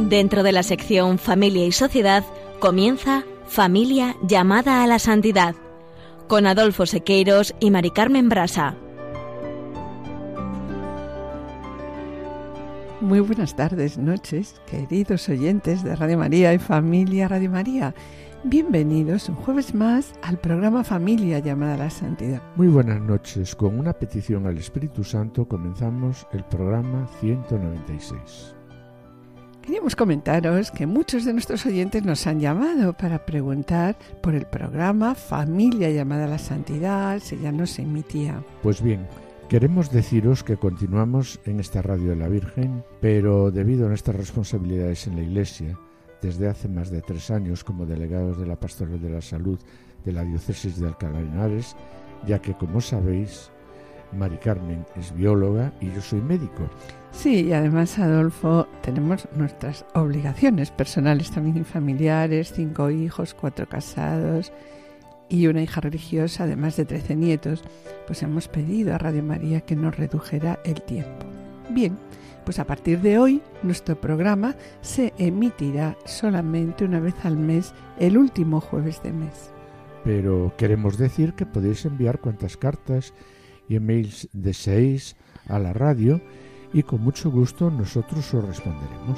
Dentro de la sección Familia y Sociedad comienza Familia llamada a la santidad, con Adolfo Sequeiros y Mari Carmen Brasa. Muy buenas tardes, noches, queridos oyentes de Radio María y Familia Radio María. Bienvenidos un jueves más al programa Familia llamada a la santidad. Muy buenas noches. Con una petición al Espíritu Santo comenzamos el programa 196. Queríamos comentaros que muchos de nuestros oyentes nos han llamado para preguntar por el programa Familia llamada a la santidad, si ya no se emitía. Pues bien, queremos deciros que continuamos en esta Radio de la Virgen, pero debido a nuestras responsabilidades en la Iglesia, desde hace más de 3 años como delegados de la Pastoral de la Salud de la Diócesis de Alcalá de Henares, ya que, como sabéis, Mari Carmen es bióloga y yo soy médico. Sí, y además, Adolfo, tenemos nuestras obligaciones personales también y familiares, 5 hijos, 4 casados y una hija religiosa, además de 13 nietos. Pues hemos pedido a Radio María que nos redujera el tiempo. Bien, pues a partir de hoy nuestro programa se emitirá solamente una vez al mes, el último jueves de mes. Pero queremos decir que podéis enviar cuantas cartas y emails deseéis a la radio y con mucho gusto nosotros os responderemos.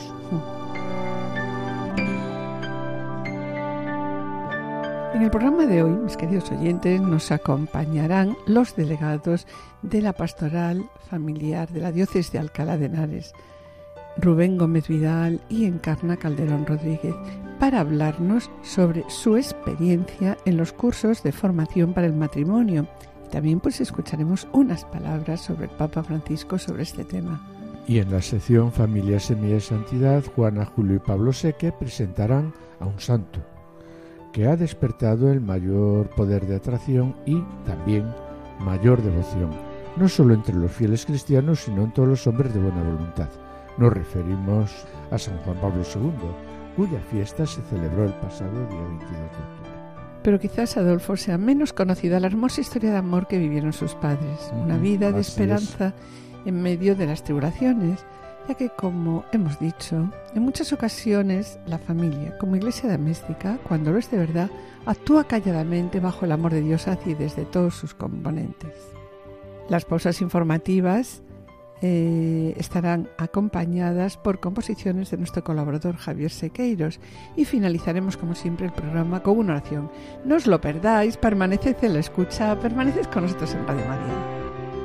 En el programa de hoy, mis queridos oyentes, nos acompañarán los delegados de la Pastoral Familiar de la Diócesis de Alcalá de Henares, Rubén Gómez Vidal y Encarna Calderón Rodríguez, para hablarnos sobre su experiencia en los cursos de formación para el matrimonio. También pues escucharemos unas palabras sobre el Papa Francisco sobre este tema. Y en la sección Familia, Semilla y Santidad, Juana, Julio y Pablo Seque presentarán a un santo que ha despertado el mayor poder de atracción y también mayor devoción, no solo entre los fieles cristianos, sino en todos los hombres de buena voluntad. Nos referimos a San Juan Pablo II, cuya fiesta se celebró el pasado día 22 de octubre. Pero quizás, Adolfo, sea menos conocida la hermosa historia de amor que vivieron sus padres, una vida de esperanza en medio de las tribulaciones, ya que, como hemos dicho, en muchas ocasiones la familia, como iglesia doméstica, cuando lo es de verdad, actúa calladamente bajo el amor de Dios hacia y desde todos sus componentes. Las pausas informativas estarán acompañadas por composiciones de nuestro colaborador Javier Sequeiros y finalizaremos como siempre el programa con una oración. No os lo perdáis, permaneced en la escucha, permaneced con nosotros en Radio María.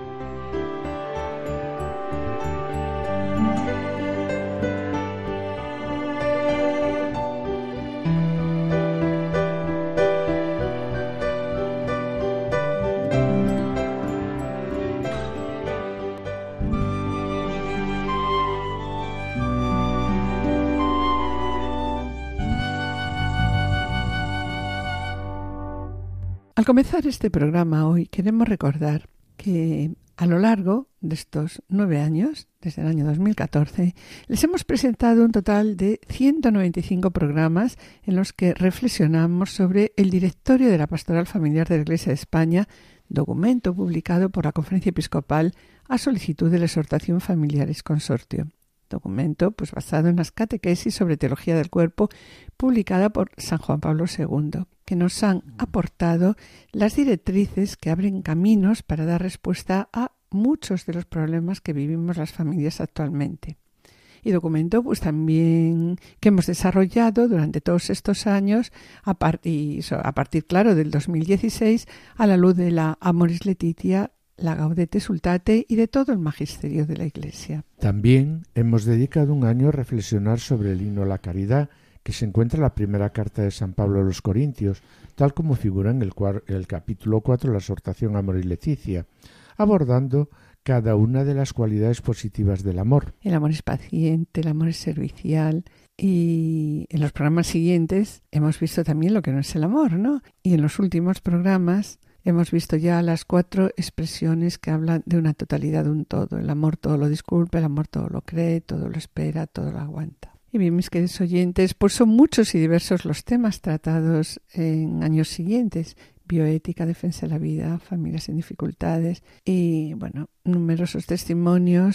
Al comenzar este programa hoy queremos recordar que a lo largo de estos 9 años, desde el año 2014, les hemos presentado un total de 195 programas en los que reflexionamos sobre el Directorio de la Pastoral Familiar de la Iglesia de España, documento publicado por la Conferencia Episcopal a solicitud de la Exhortación Familiares Consortio. Documento pues basado en las catequesis sobre teología del cuerpo publicada por San Juan Pablo II, que nos han aportado las directrices que abren caminos para dar respuesta a muchos de los problemas que vivimos las familias actualmente. Y documento pues también que hemos desarrollado durante todos estos años a partir claro del 2016 a la luz de la Amoris Laetitia, la Gaudete Sultate y de todo el magisterio de la Iglesia. También hemos dedicado un año a reflexionar sobre el himno a la caridad, que se encuentra en la primera carta de San Pablo a los Corintios, tal como figura en el capítulo 4 de la exhortación Amoris Laetitia, abordando cada una de las cualidades positivas del amor. El amor es paciente, el amor es servicial, y en los programas siguientes hemos visto también lo que no es el amor, ¿no? Y en los últimos programas hemos visto ya las 4 expresiones que hablan de una totalidad, de un todo. El amor todo lo disculpa, el amor todo lo cree, todo lo espera, todo lo aguanta. Y bien, mis queridos oyentes, pues son muchos y diversos los temas tratados en años siguientes. Bioética, defensa de la vida, familias en dificultades y, bueno, numerosos testimonios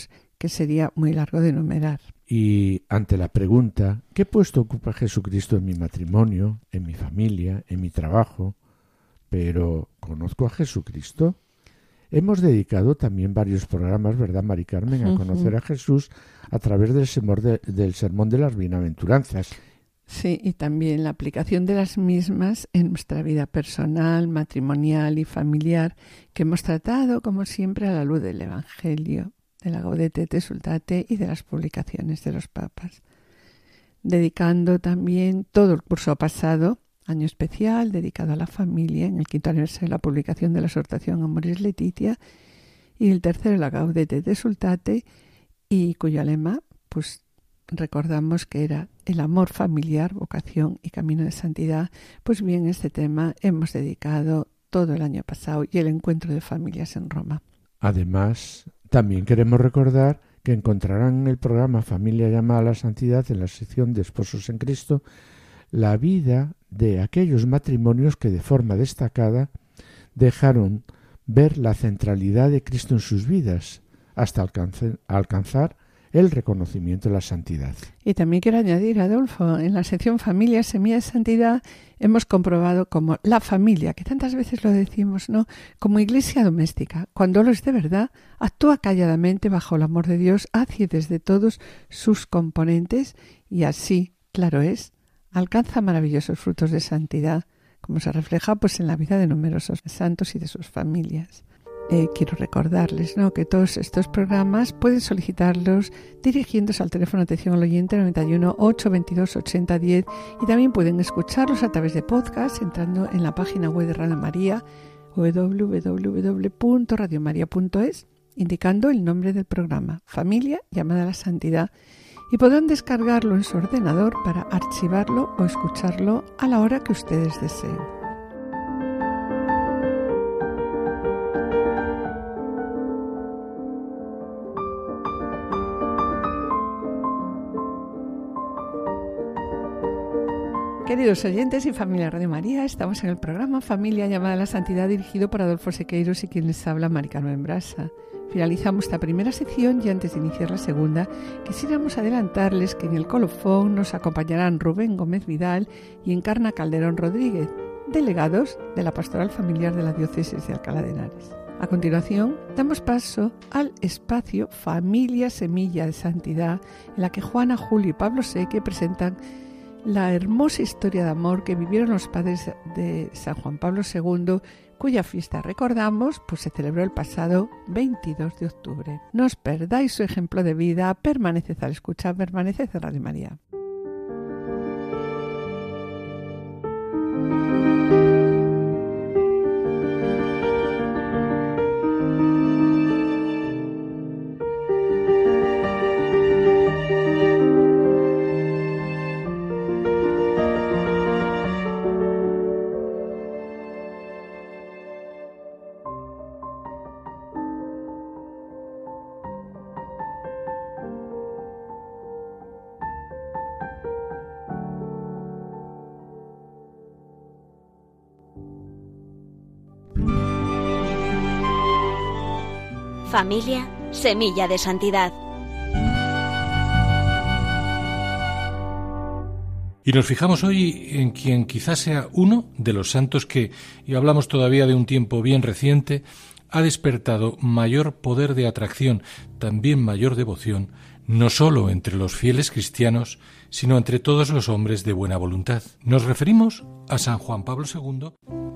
que sería muy largo de enumerar. Y ante la pregunta, ¿qué puesto ocupa Jesucristo en mi matrimonio, en mi familia, en mi trabajo? Pero, ¿conozco a Jesucristo? Hemos dedicado también varios programas, ¿verdad, Mari Carmen?, a conocer a Jesús a través del Sermón de las Bienaventuranzas. Sí, y también la aplicación de las mismas en nuestra vida personal, matrimonial y familiar, que hemos tratado, como siempre, a la luz del Evangelio, de la Gaudete et Exsultate y de las publicaciones de los papas. Dedicando también todo el curso pasado, año especial, dedicado a la familia, en el 5º aniversario de la publicación de la exhortación Amoris Laetitia, y el 3º, la Gaudete et Exsultate, y cuyo lema, pues, recordamos que era el amor familiar, vocación y camino de santidad. Pues bien, este tema hemos dedicado todo el año pasado y el encuentro de familias en Roma. Además, también queremos recordar que encontrarán en el programa Familia llamada a la Santidad, en la sección de Esposos en Cristo, la vida de aquellos matrimonios que de forma destacada dejaron ver la centralidad de Cristo en sus vidas hasta alcanzar el reconocimiento de la santidad. Y también quiero añadir, Adolfo, en la sección Familia, Semilla de Santidad, hemos comprobado como la familia, que tantas veces lo decimos, ¿no?, como iglesia doméstica, cuando lo es de verdad, actúa calladamente bajo el amor de Dios hacia y desde todos sus componentes y así, claro es, alcanza maravillosos frutos de santidad, como se refleja pues en la vida de numerosos santos y de sus familias. Quiero recordarles, ¿no?, que todos estos programas pueden solicitarlos dirigiéndose al teléfono de atención al oyente 91 822 8010 y también pueden escucharlos a través de podcast entrando en la página web de Radio María www.radiomaria.es, indicando el nombre del programa, Familia llamada a la Santidad, y podrán descargarlo en su ordenador para archivarlo o escucharlo a la hora que ustedes deseen. Queridos oyentes y familia Radio María, estamos en el programa Familia llamada a la Santidad, dirigido por Adolfo Sequeiros y quien les habla, Mari Carmen Brasa. Finalizamos esta primera sección y antes de iniciar la segunda, quisiéramos adelantarles que en el colofón nos acompañarán Rubén Gómez Vidal y Encarna Calderón Rodríguez, delegados de la Pastoral Familiar de la Diócesis de Alcalá de Henares. A continuación, damos paso al espacio Familia Semilla de Santidad, en la que Juana, Julio y Pablo Seque presentan la hermosa historia de amor que vivieron los padres de San Juan Pablo II, cuya fiesta, recordamos, pues se celebró el pasado 22 de octubre. No os perdáis su ejemplo de vida, permaneced al escuchar, permaneced en Radio María. Familia, semilla de santidad. Y nos fijamos hoy en quien quizás sea uno de los santos que, y hablamos todavía de un tiempo bien reciente, ha despertado mayor poder de atracción, también mayor devoción, no solo entre los fieles cristianos, sino entre todos los hombres de buena voluntad. Nos referimos a San Juan Pablo II.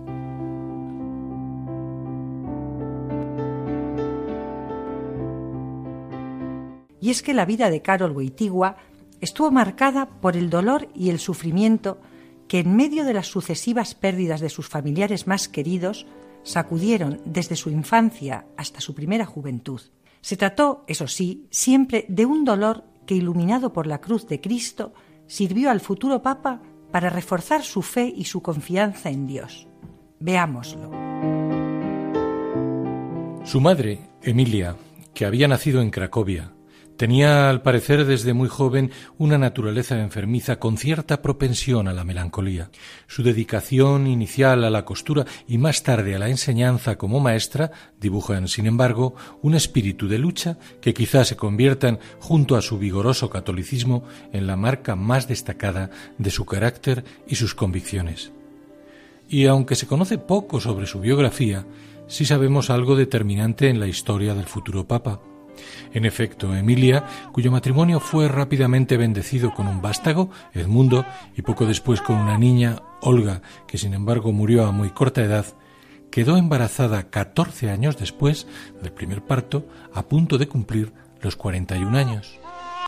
Y es que la vida de Karol Wojtyła estuvo marcada por el dolor y el sufrimiento que en medio de las sucesivas pérdidas de sus familiares más queridos sacudieron desde su infancia hasta su primera juventud. Se trató, eso sí, siempre de un dolor que, iluminado por la cruz de Cristo, sirvió al futuro Papa para reforzar su fe y su confianza en Dios. Veámoslo. Su madre, Emilia, que había nacido en Cracovia, Tenía, al parecer, desde muy joven una naturaleza enfermiza con cierta propensión a la melancolía. Su dedicación inicial a la costura y más tarde a la enseñanza como maestra dibujan, sin embargo, un espíritu de lucha que quizás se conviertan, junto a su vigoroso catolicismo, en la marca más destacada de su carácter y sus convicciones. Y aunque se conoce poco sobre su biografía, sí sabemos algo determinante en la historia del futuro Papa. En efecto, Emilia, cuyo matrimonio fue rápidamente bendecido con un vástago, Edmundo, y poco después con una niña, Olga, que sin embargo murió a muy corta edad, quedó embarazada 14 años después del primer parto, a punto de cumplir los 41 años.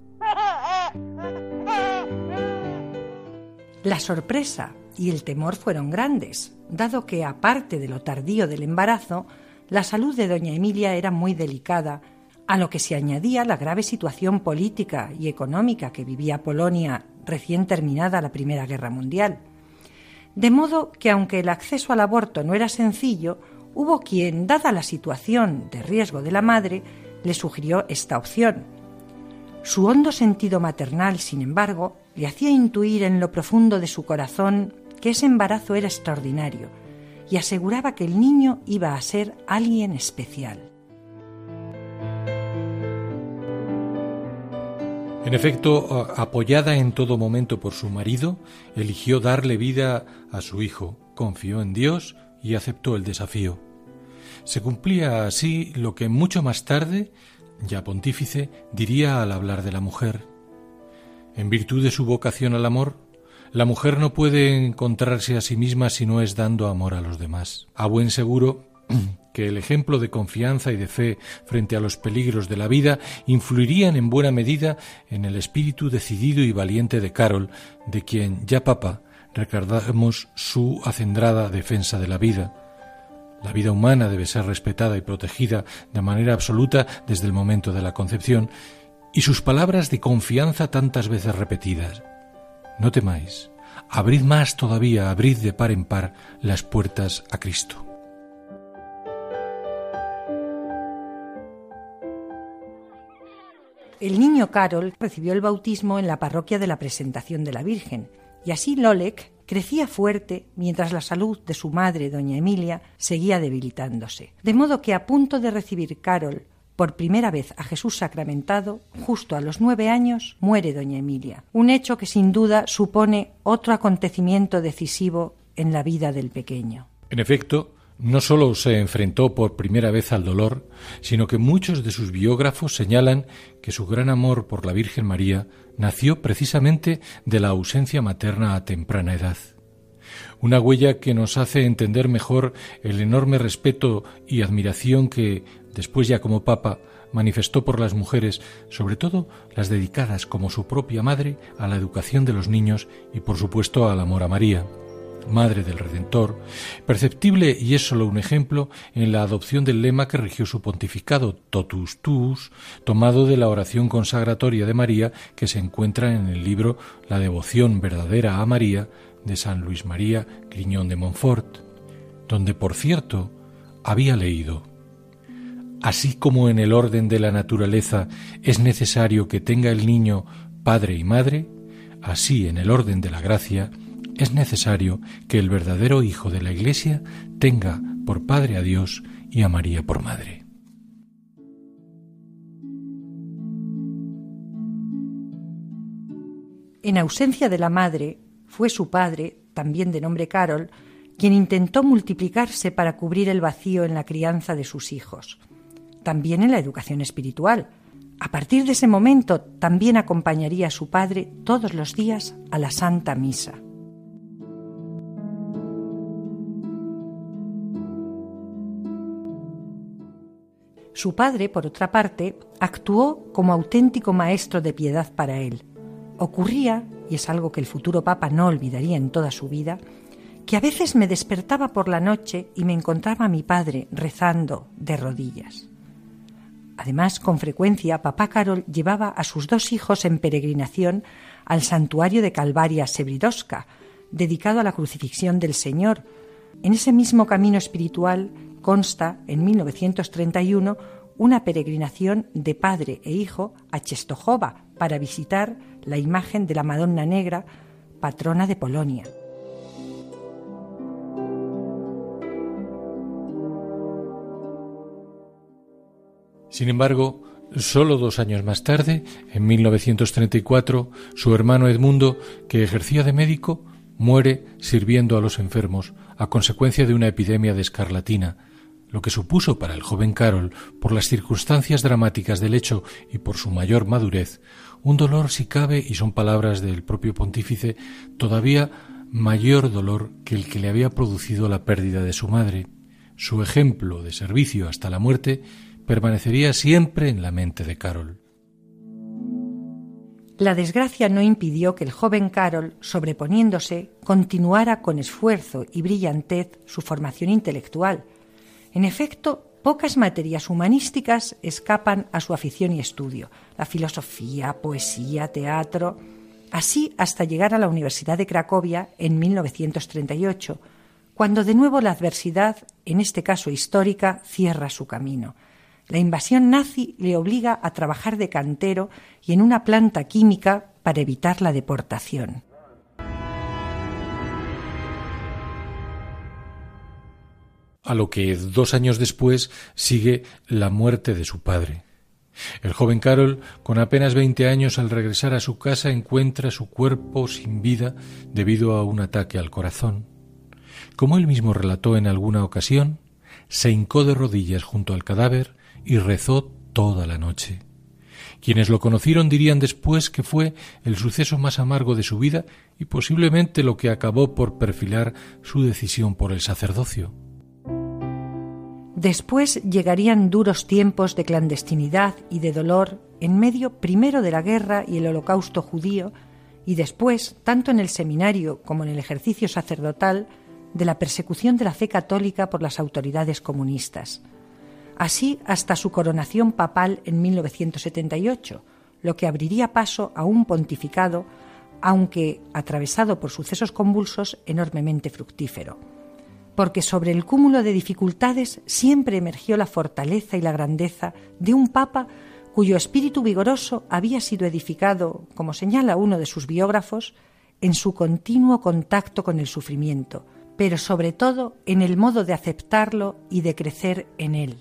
La sorpresa y el temor fueron grandes, dado que, aparte de lo tardío del embarazo, la salud de doña Emilia era muy delicada, a lo que se añadía la grave situación política y económica que vivía Polonia recién terminada la Primera Guerra Mundial. De modo que, aunque el acceso al aborto no era sencillo, hubo quien, dada la situación de riesgo de la madre, le sugirió esta opción. Su hondo sentido maternal, sin embargo, le hacía intuir en lo profundo de su corazón que ese embarazo era extraordinario y aseguraba que el niño iba a ser alguien especial. En efecto, apoyada en todo momento por su marido, eligió darle vida a su hijo, confió en Dios y aceptó el desafío. Se cumplía así lo que mucho más tarde, ya pontífice, diría al hablar de la mujer. En virtud de su vocación al amor, la mujer no puede encontrarse a sí misma si no es dando amor a los demás. A buen seguro que el ejemplo de confianza y de fe frente a los peligros de la vida influirían en buena medida en el espíritu decidido y valiente de Karol, de quien, ya papa, recordamos su acendrada defensa de la vida. La vida humana debe ser respetada y protegida de manera absoluta desde el momento de la concepción, y sus palabras de confianza tantas veces repetidas. No temáis, abrid más todavía, abrid de par en par las puertas a Cristo. El niño Karol recibió el bautismo en la parroquia de la Presentación de la Virgen, y así Lolek crecía fuerte mientras la salud de su madre, doña Emilia, seguía debilitándose. De modo que, a punto de recibir Karol por primera vez a Jesús sacramentado, justo a los 9 años, muere doña Emilia, un hecho que sin duda supone otro acontecimiento decisivo en la vida del pequeño. En efecto, no solo se enfrentó por primera vez al dolor, sino que muchos de sus biógrafos señalan que su gran amor por la Virgen María nació precisamente de la ausencia materna a temprana edad. Una huella que nos hace entender mejor el enorme respeto y admiración que, después ya como papa, manifestó por las mujeres, sobre todo las dedicadas como su propia madre a la educación de los niños y por supuesto al amor a María, Madre del Redentor, perceptible, y es solo un ejemplo, en la adopción del lema que rigió su pontificado, Totus Tuus, tomado de la oración consagratoria de María que se encuentra en el libro La devoción verdadera a María de San Luis María Grignon de Montfort, donde, por cierto, había leído: así como en el orden de la naturaleza es necesario que tenga el niño padre y madre, así en el orden de la gracia es necesario que el verdadero hijo de la Iglesia tenga por padre a Dios y a María por madre. En ausencia de la madre, fue su padre, también de nombre Karol, quien intentó multiplicarse para cubrir el vacío en la crianza de sus hijos. También en la educación espiritual. A partir de ese momento, también acompañaría a su padre todos los días a la Santa Misa. Su padre, por otra parte, actuó como auténtico maestro de piedad para él. Ocurría, y es algo que el futuro papa no olvidaría en toda su vida, que a veces me despertaba por la noche y me encontraba a mi padre rezando de rodillas. Además, con frecuencia, papá Karol llevaba a sus 2 hijos en peregrinación al santuario de Calvaria Sebridowska, dedicado a la crucifixión del Señor. En ese mismo camino espiritual consta, en 1931, una peregrinación de padre e hijo a Czestochowa para visitar la imagen de la Madonna Negra, patrona de Polonia. Sin embargo, solo 2 años más tarde, en 1934, su hermano Edmundo, que ejercía de médico, muere sirviendo a los enfermos a consecuencia de una epidemia de escarlatina, lo que supuso para el joven Karol, por las circunstancias dramáticas del hecho y por su mayor madurez, un dolor, si cabe, y son palabras del propio pontífice, todavía mayor dolor que el que le había producido la pérdida de su madre. Su ejemplo de servicio hasta la muerte permanecería siempre en la mente de Karol. La desgracia no impidió que el joven Karol, sobreponiéndose, continuara con esfuerzo y brillantez su formación intelectual. En efecto, pocas materias humanísticas escapan a su afición y estudio: la filosofía, poesía, teatro, así hasta llegar a la Universidad de Cracovia en 1938, cuando de nuevo la adversidad, en este caso histórica, cierra su camino. La invasión nazi le obliga a trabajar de cantero y en una planta química para evitar la deportación. A lo que 2 años después sigue la muerte de su padre. El joven Karol, con apenas 20 años, al regresar a su casa encuentra su cuerpo sin vida debido a un ataque al corazón. Como él mismo relató en alguna ocasión, se hincó de rodillas junto al cadáver y rezó toda la noche. Quienes lo conocieron dirían después que fue el suceso más amargo de su vida y posiblemente lo que acabó por perfilar su decisión por el sacerdocio. Después llegarían duros tiempos de clandestinidad y de dolor en medio primero de la guerra y el holocausto judío y después, tanto en el seminario como en el ejercicio sacerdotal, de la persecución de la fe católica por las autoridades comunistas. Así hasta su coronación papal en 1978, lo que abriría paso a un pontificado, aunque atravesado por sucesos convulsos, enormemente fructífero. Porque sobre el cúmulo de dificultades siempre emergió la fortaleza y la grandeza de un papa cuyo espíritu vigoroso había sido edificado, como señala uno de sus biógrafos, en su continuo contacto con el sufrimiento, pero sobre todo en el modo de aceptarlo y de crecer en él.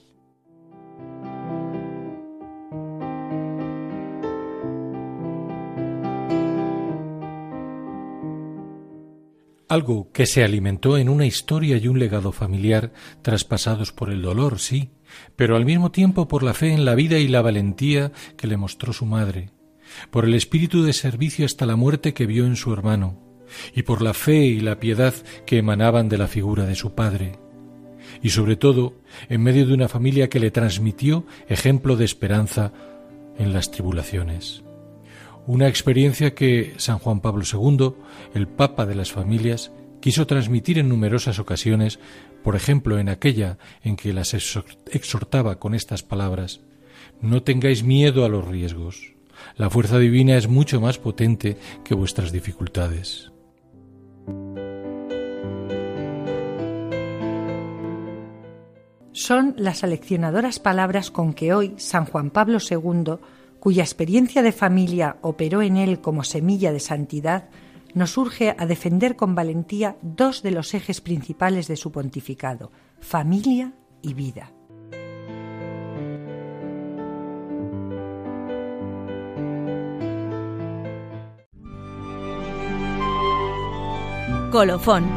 Algo que se alimentó en una historia y un legado familiar traspasados por el dolor, sí, pero al mismo tiempo por la fe en la vida y la valentía que le mostró su madre, por el espíritu de servicio hasta la muerte que vio en su hermano, y por la fe y la piedad que emanaban de la figura de su padre, y sobre todo en medio de una familia que le transmitió ejemplo de esperanza en las tribulaciones. Una experiencia que San Juan Pablo II, el Papa de las familias, quiso transmitir en numerosas ocasiones, por ejemplo en aquella en que las exhortaba con estas palabras: «No tengáis miedo a los riesgos. La fuerza divina es mucho más potente que vuestras dificultades». Son las aleccionadoras palabras con que hoy San Juan Pablo II, cuya experiencia de familia operó en él como semilla de santidad, nos urge a defender con valentía 2 de los ejes principales de su pontificado: familia y vida. Colofón.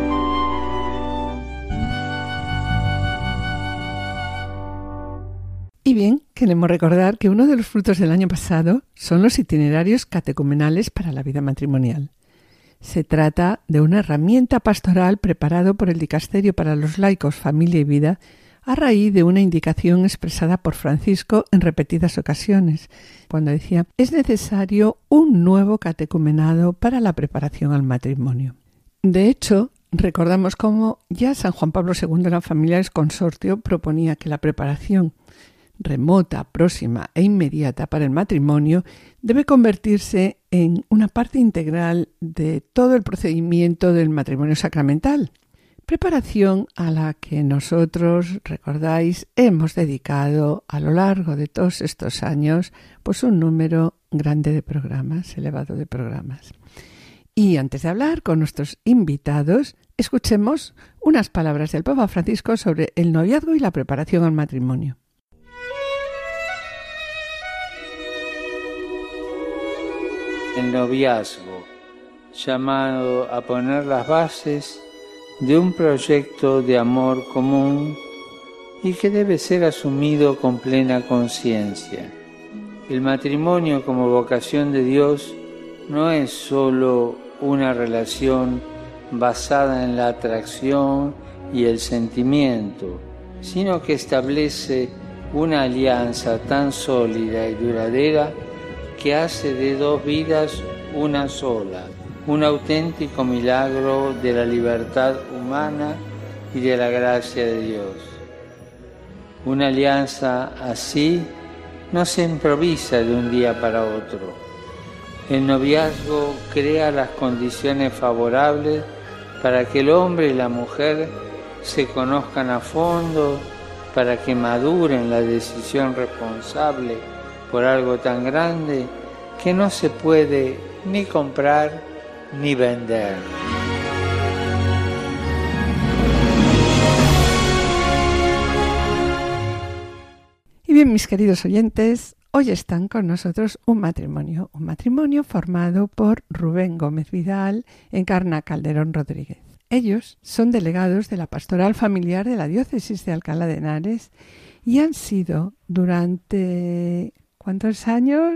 Y bien, queremos recordar que uno de los frutos del año pasado son los itinerarios catecumenales para la vida matrimonial. Se trata de una herramienta pastoral preparado por el Dicasterio para los Laicos, Familia y Vida a raíz de una indicación expresada por Francisco en repetidas ocasiones, cuando decía: es necesario un nuevo catecumenado para la preparación al matrimonio. De hecho, recordamos cómo ya San Juan Pablo II en la Familiares Consortio proponía que la preparación remota, próxima e inmediata para el matrimonio debe convertirse en una parte integral de todo el procedimiento del matrimonio sacramental. Preparación a la que nosotros, recordáis, hemos dedicado a lo largo de todos estos años pues un número grande de programas, elevado de programas. Y antes de hablar con nuestros invitados, escuchemos unas palabras del Papa Francisco sobre el noviazgo y la preparación al matrimonio. El noviazgo, llamado a poner las bases de un proyecto de amor común y que debe ser asumido con plena conciencia. El matrimonio como vocación de Dios no es solo una relación basada en la atracción y el sentimiento, sino que establece una alianza tan sólida y duradera que hace de dos vidas una sola, un auténtico milagro de la libertad humana y de la gracia de Dios. Una alianza así no se improvisa de un día para otro. El noviazgo crea las condiciones favorables para que el hombre y la mujer se conozcan a fondo, para que maduren la decisión responsable por algo tan grande que no se puede ni comprar ni vender. Y bien, mis queridos oyentes, hoy están con nosotros un matrimonio formado por Rubén Gómez Vidal, Encarna Calderón Rodríguez. Ellos son delegados de la Pastoral Familiar de la Diócesis de Alcalá de Henares y han sido durante... ¿Cuántos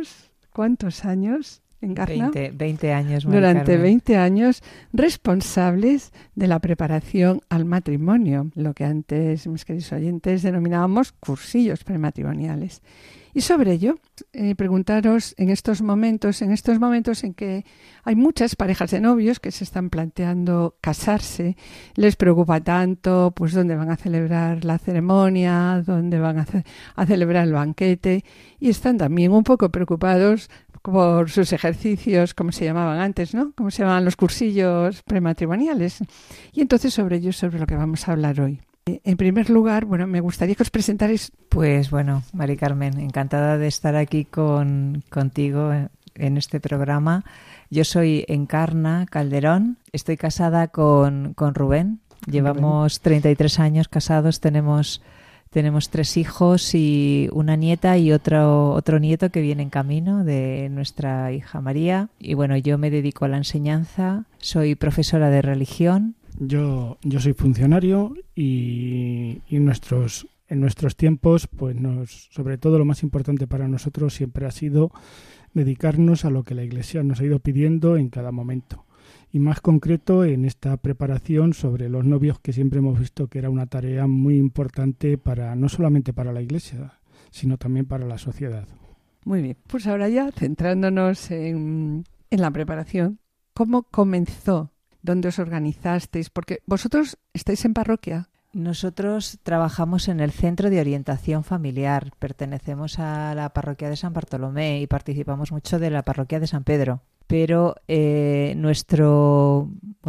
años, Encarna? 20 años. Durante 20 años responsables de la preparación al matrimonio, lo que antes, mis queridos oyentes, denominábamos cursillos prematrimoniales. Y sobre ello, preguntaros en estos momentos en que hay muchas parejas de novios que se están planteando casarse, les preocupa tanto pues dónde van a celebrar la ceremonia, dónde van a celebrar el banquete, y están también un poco preocupados por sus ejercicios, como se llamaban antes, ¿no? Como se llamaban los cursillos prematrimoniales. Y entonces sobre ello es sobre lo que vamos a hablar hoy. En primer lugar, me gustaría que os presentarais. Pues bueno, Mari Carmen, encantada de estar aquí contigo en este programa. Yo soy Encarna Calderón, estoy casada con Rubén. Llevamos 33 años casados, tenemos 3 hijos y una nieta y otro nieto que viene en camino de nuestra hija María. Y bueno, yo me dedico a la enseñanza, soy profesora de religión. Yo soy funcionario y en nuestros tiempos, pues sobre todo lo más importante para nosotros siempre ha sido dedicarnos a lo que la Iglesia nos ha ido pidiendo en cada momento. Y más concreto en esta preparación sobre los novios, que siempre hemos visto que era una tarea muy importante no solamente para la Iglesia, sino también para la sociedad. Muy bien, pues ahora ya centrándonos en la preparación, ¿cómo comenzó? ¿Dónde os organizasteis? Porque vosotros estáis en parroquia. Nosotros trabajamos en el Centro de Orientación Familiar. Pertenecemos a la parroquia de San Bartolomé y participamos mucho de la parroquia de San Pedro. Pero nuestros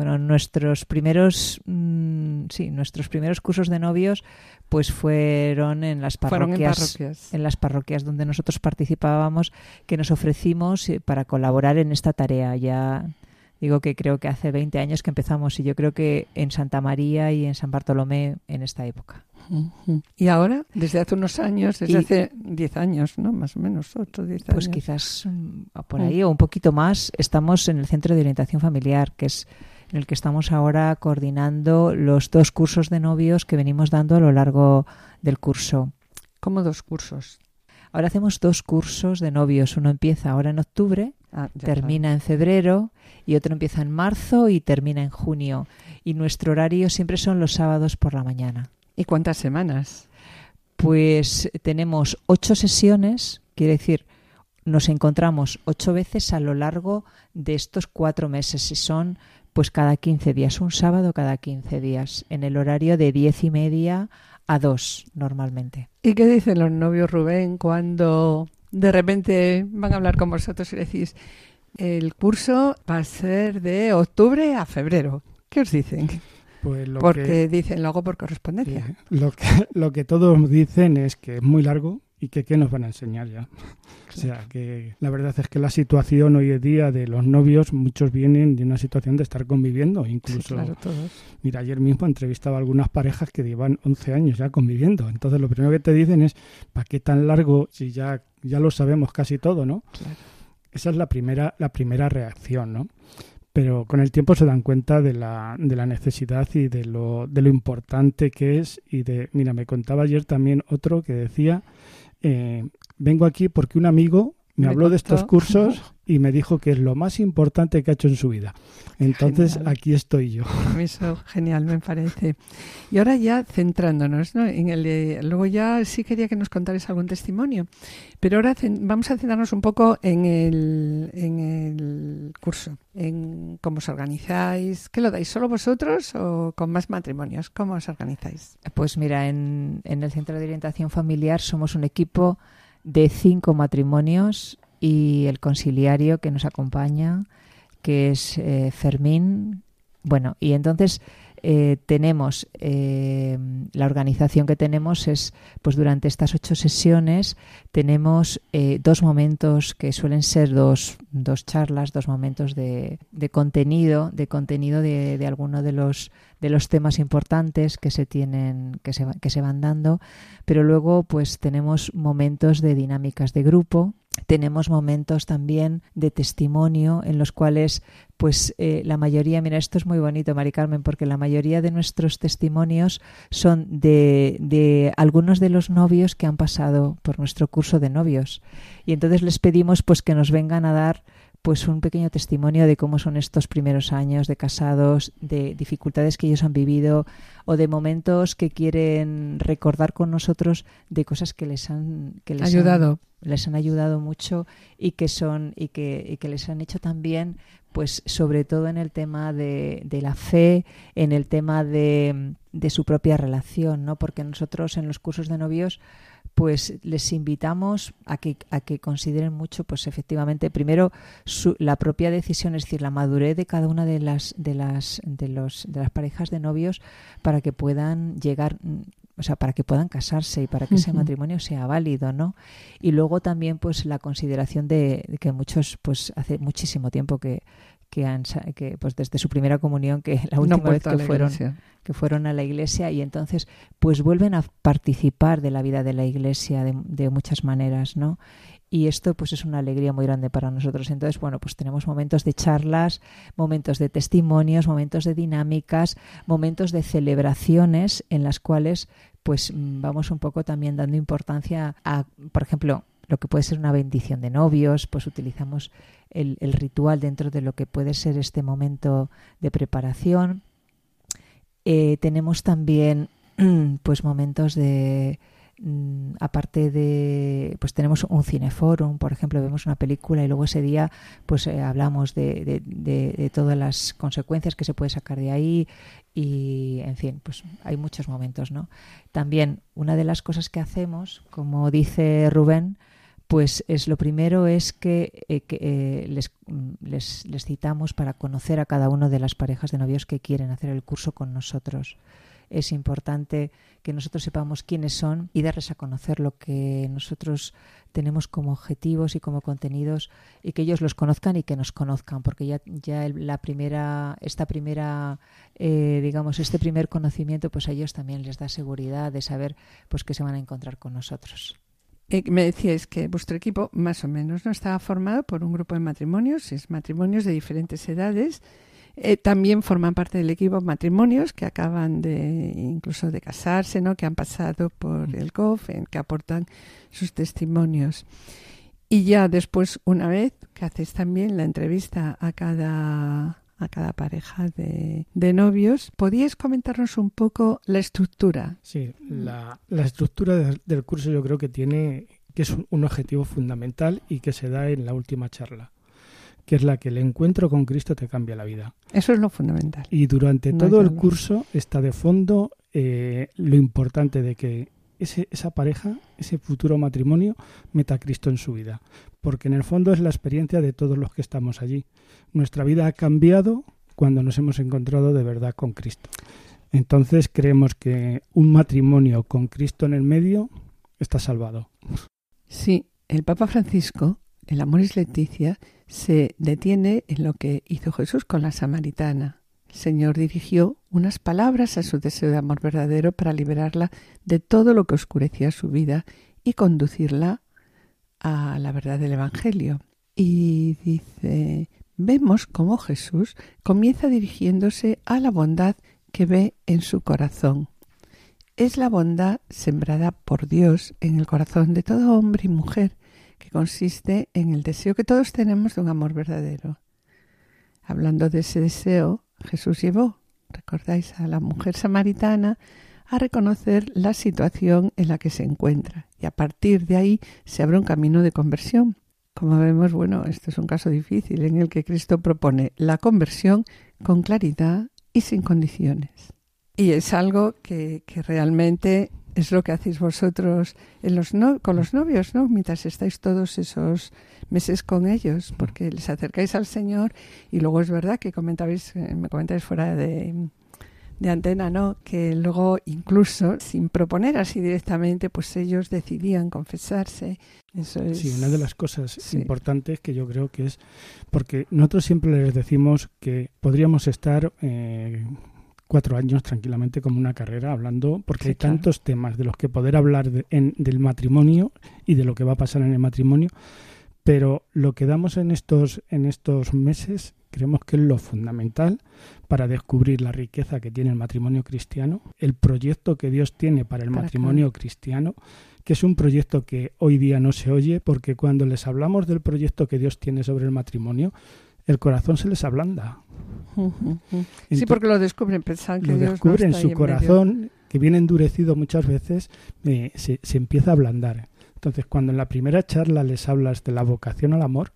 primeros cursos de novios pues fueron en las parroquias. En las parroquias donde nosotros participábamos, que nos ofrecimos para colaborar en esta tarea. Ya digo que creo que hace 20 años que empezamos, y yo creo que en Santa María y en San Bartolomé en esta época. Y ahora, desde hace unos años, hace 10 años, ¿no? Más o menos, 8 o 10 años. Pues quizás por ahí o un poquito más, estamos en el Centro de Orientación Familiar, que es en el que estamos ahora coordinando los 2 cursos de novios que venimos dando a lo largo del curso. ¿Cómo 2 cursos? Ahora hacemos 2 cursos de novios. Uno empieza ahora en octubre, termina en febrero, y otro empieza en marzo y termina en junio. Y nuestro horario siempre son los sábados por la mañana. ¿Y cuántas semanas? Pues tenemos 8 sesiones, quiere decir, nos encontramos 8 veces a lo largo de estos 4 meses, y son pues cada 15 días, un sábado cada 15 días, en el horario de 10:30 a 2 normalmente. ¿Y qué dicen los novios, Rubén, cuando de repente van a hablar con vosotros y decís, el curso va a ser de octubre a febrero? ¿Qué os dicen? Pues porque dicen luego por correspondencia. Lo que todos dicen es que es muy largo y que qué nos van a enseñar ya. Claro. O sea, que la verdad es que la situación hoy en día de los novios, muchos vienen de una situación de estar conviviendo, incluso. Sí, claro, todos. Mira, ayer mismo entrevistaba a algunas parejas que llevan 11 años ya conviviendo. Entonces, lo primero que te dicen es, ¿para qué tan largo si ya lo sabemos casi todo, ¿no? Claro. Esa es la primera reacción, ¿no? Pero con el tiempo se dan cuenta de la necesidad y de lo importante que es. Mira, me contaba ayer también otro que decía, vengo aquí porque un amigo me habló de estos cursos y me dijo que es lo más importante que ha hecho en su vida. Entonces, genial. Aquí estoy yo. Eso, genial, me parece. Y ahora ya centrándonos, ¿no? Luego ya sí quería que nos contarais algún testimonio, pero ahora vamos a centrarnos un poco en el curso, en cómo os organizáis. ¿Qué lo dais solo vosotros o con más matrimonios? ¿Cómo os organizáis? Pues mira, en el Centro de Orientación Familiar somos un equipo de 5 matrimonios y el conciliario que nos acompaña, que es Fermín. Bueno, y entonces tenemos la organización que tenemos es, pues durante estas 8 sesiones tenemos 2 momentos que suelen ser dos charlas, 2 momentos de contenido de alguno de los temas importantes que se van dando, pero luego pues tenemos momentos de dinámicas de grupo. Tenemos momentos también de testimonio en los cuales pues la mayoría, mira, esto es muy bonito, Mari Carmen, porque la mayoría de nuestros testimonios son de algunos de los novios que han pasado por nuestro curso de novios, y entonces les pedimos pues que nos vengan a dar pues un pequeño testimonio de cómo son estos primeros años de casados, de dificultades que ellos han vivido o de momentos que quieren recordar con nosotros, de cosas que les han ayudado mucho y que les han hecho también, pues sobre todo en el tema de la fe, en el tema de su propia relación, ¿no? Porque nosotros en los cursos de novios pues les invitamos a que consideren mucho, pues efectivamente, primero la propia decisión, es decir, la madurez de cada una de las parejas de novios para que puedan llegar, o sea, para que puedan casarse y para que ese matrimonio sea válido, ¿no? Y luego también pues la consideración de que muchos pues hace muchísimo tiempo que pues desde su primera comunión, que la última vez que fueron a la iglesia, y entonces pues vuelven a participar de la vida de la iglesia de muchas maneras, ¿no? Y esto pues es una alegría muy grande para nosotros. Entonces, bueno, pues tenemos momentos de charlas, momentos de testimonios, momentos de dinámicas, momentos de celebraciones en las cuales pues vamos un poco también dando importancia a, por ejemplo, lo que puede ser una bendición de novios, pues utilizamos el ritual dentro de lo que puede ser este momento de preparación. Tenemos también pues momentos de, aparte de, pues tenemos un cineforum, por ejemplo, vemos una película y luego ese día pues hablamos de todas las consecuencias que se puede sacar de ahí, y en fin, pues hay muchos momentos, ¿no? También una de las cosas que hacemos, como dice Rubén, pues lo primero es que les citamos para conocer a cada uno de las parejas de novios que quieren hacer el curso con nosotros. Es importante que nosotros sepamos quiénes son y darles a conocer lo que nosotros tenemos como objetivos y como contenidos, y que ellos los conozcan y que nos conozcan, porque ya este primer conocimiento pues a ellos también les da seguridad de saber pues que se van a encontrar con nosotros. Me decíais que vuestro equipo más o menos no estaba formado por un grupo de matrimonios, es matrimonios de diferentes edades. También forman parte del equipo matrimonios que acaban incluso de casarse, ¿no? Que han pasado por el COF, que aportan sus testimonios. Y ya después, una vez que hacéis también la entrevista a cada pareja de novios, ¿podíais comentarnos un poco la estructura? Sí, la estructura del curso yo creo que es un objetivo fundamental y que se da en la última charla, que es la que el encuentro con Cristo te cambia la vida. Eso es lo fundamental. Y durante todo el curso está de fondo lo importante de que esa pareja, ese futuro matrimonio, meta a Cristo en su vida. Porque en el fondo es la experiencia de todos los que estamos allí. Nuestra vida ha cambiado cuando nos hemos encontrado de verdad con Cristo. Entonces creemos que un matrimonio con Cristo en el medio está salvado. Sí, el Papa Francisco, el Amoris Laetitia, se detiene en lo que hizo Jesús con la samaritana. El Señor dirigió unas palabras a su deseo de amor verdadero para liberarla de todo lo que oscurecía su vida y conducirla a la verdad del Evangelio. Y dice, vemos cómo Jesús comienza dirigiéndose a la bondad que ve en su corazón. Es la bondad sembrada por Dios en el corazón de todo hombre y mujer, que consiste en el deseo que todos tenemos de un amor verdadero. Hablando de ese deseo, Jesús llevó, recordáis, a la mujer samaritana a reconocer la situación en la que se encuentra, y a partir de ahí se abre un camino de conversión. Como vemos, bueno, este es un caso difícil en el que Cristo propone la conversión con claridad y sin condiciones. Y es algo que realmente es lo que hacéis vosotros con los novios, ¿no? Mientras estáis todos esos meses con ellos, porque les acercáis al Señor. Y luego es verdad que me comentáis fuera de antena, ¿no? Que luego incluso sin proponer así directamente, pues ellos decidían confesarse. Eso es... Sí, una de las cosas importantes que yo creo que es, porque nosotros siempre les decimos que podríamos estar 4 años tranquilamente como una carrera hablando, porque hay tantos temas de los que poder hablar del matrimonio y de lo que va a pasar en el matrimonio, pero lo que damos en estos meses creemos que es lo fundamental para descubrir la riqueza que tiene el matrimonio cristiano, el proyecto que Dios tiene para el matrimonio cristiano, que es un proyecto que hoy día no se oye, porque cuando les hablamos del proyecto que Dios tiene sobre el matrimonio, el corazón se les ablanda. Sí, porque lo descubren, pensan que lo Dios descubren, no está su corazón, que viene endurecido muchas veces, se empieza a ablandar. Entonces, cuando en la primera charla les hablas de la vocación al amor,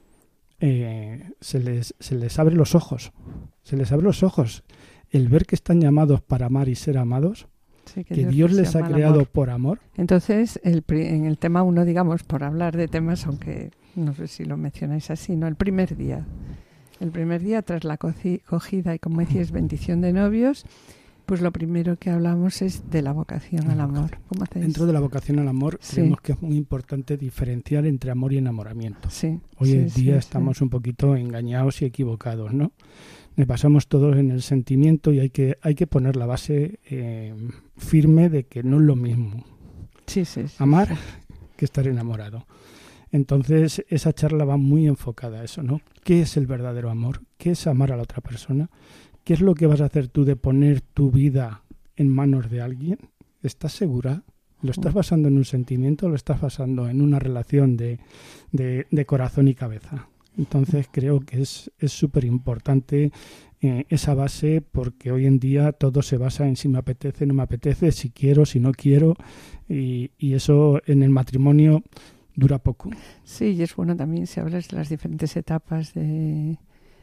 se les abre los ojos. Se les abre los ojos. El ver que están llamados para amar y ser amados, que Dios les ha creado por amor. Entonces, en el tema 1, digamos, por hablar de temas, aunque no sé si lo mencionáis así, ¿no? El primer día tras la acogida y, como decíais, bendición de novios, pues lo primero que hablamos es de la vocación al amor. ¿Cómo hacéis? Dentro de la vocación al amor, creemos que es muy importante diferenciar entre amor y enamoramiento. Sí, Hoy en día estamos un poquito engañados y equivocados, ¿no? Nos basamos todos en el sentimiento y hay que poner la base firme de que no es lo mismo amar que estar enamorado. Entonces, esa charla va muy enfocada a eso, ¿no? ¿Qué es el verdadero amor? ¿Qué es amar a la otra persona? ¿Qué es lo que vas a hacer tú de poner tu vida en manos de alguien? ¿Estás segura? ¿Lo estás basando en un sentimiento o lo estás basando en una relación de corazón y cabeza? Entonces, creo que es súper importante esa base, porque hoy en día todo se basa en si me apetece, no me apetece, si quiero, si no quiero, y eso en el matrimonio dura poco. Sí, y es bueno también si hablas de las diferentes etapas del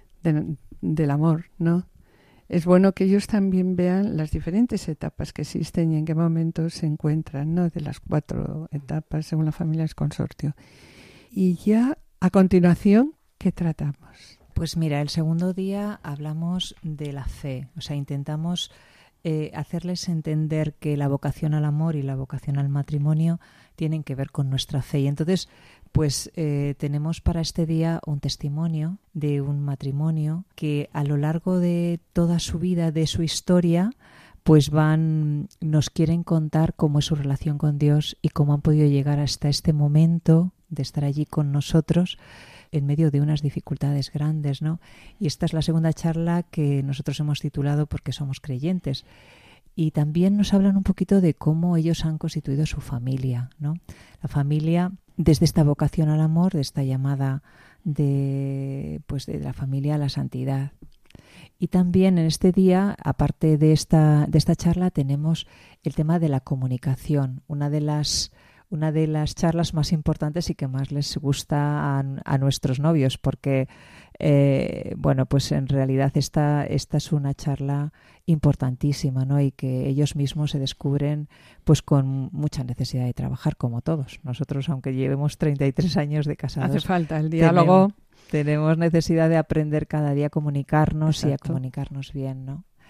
amor, ¿no? Es bueno que ellos también vean las diferentes etapas que existen y en qué momentos se encuentran, ¿no? De las 4 etapas según la familia es consortio. Y ya a continuación, ¿qué tratamos? Pues mira, el segundo día hablamos de la fe, o sea, intentamos hacerles entender que la vocación al amor y la vocación al matrimonio tienen que ver con nuestra fe. Y entonces, pues tenemos para este día un testimonio de un matrimonio que a lo largo de toda su vida, de su historia, pues nos quieren contar cómo es su relación con Dios y cómo han podido llegar hasta este momento de estar allí con nosotros en medio de unas dificultades grandes, ¿no? Y esta es la segunda charla que nosotros hemos titulado Porque somos creyentes. Y también nos hablan un poquito de cómo ellos han constituido su familia, ¿no? La familia, desde esta vocación al amor, de esta llamada de la familia a la santidad. Y también en este día, aparte de esta charla, tenemos el tema de la comunicación, una de las charlas más importantes y que más les gusta a nuestros novios, porque pues en realidad esta es una charla importantísima, ¿no? Y que ellos mismos se descubren pues con mucha necesidad de trabajar, como todos. Nosotros, aunque llevemos 33 años de casados, hace falta el diálogo. Tenemos necesidad de aprender cada día a comunicarnos. Exacto. Y a comunicarnos bien, ¿no?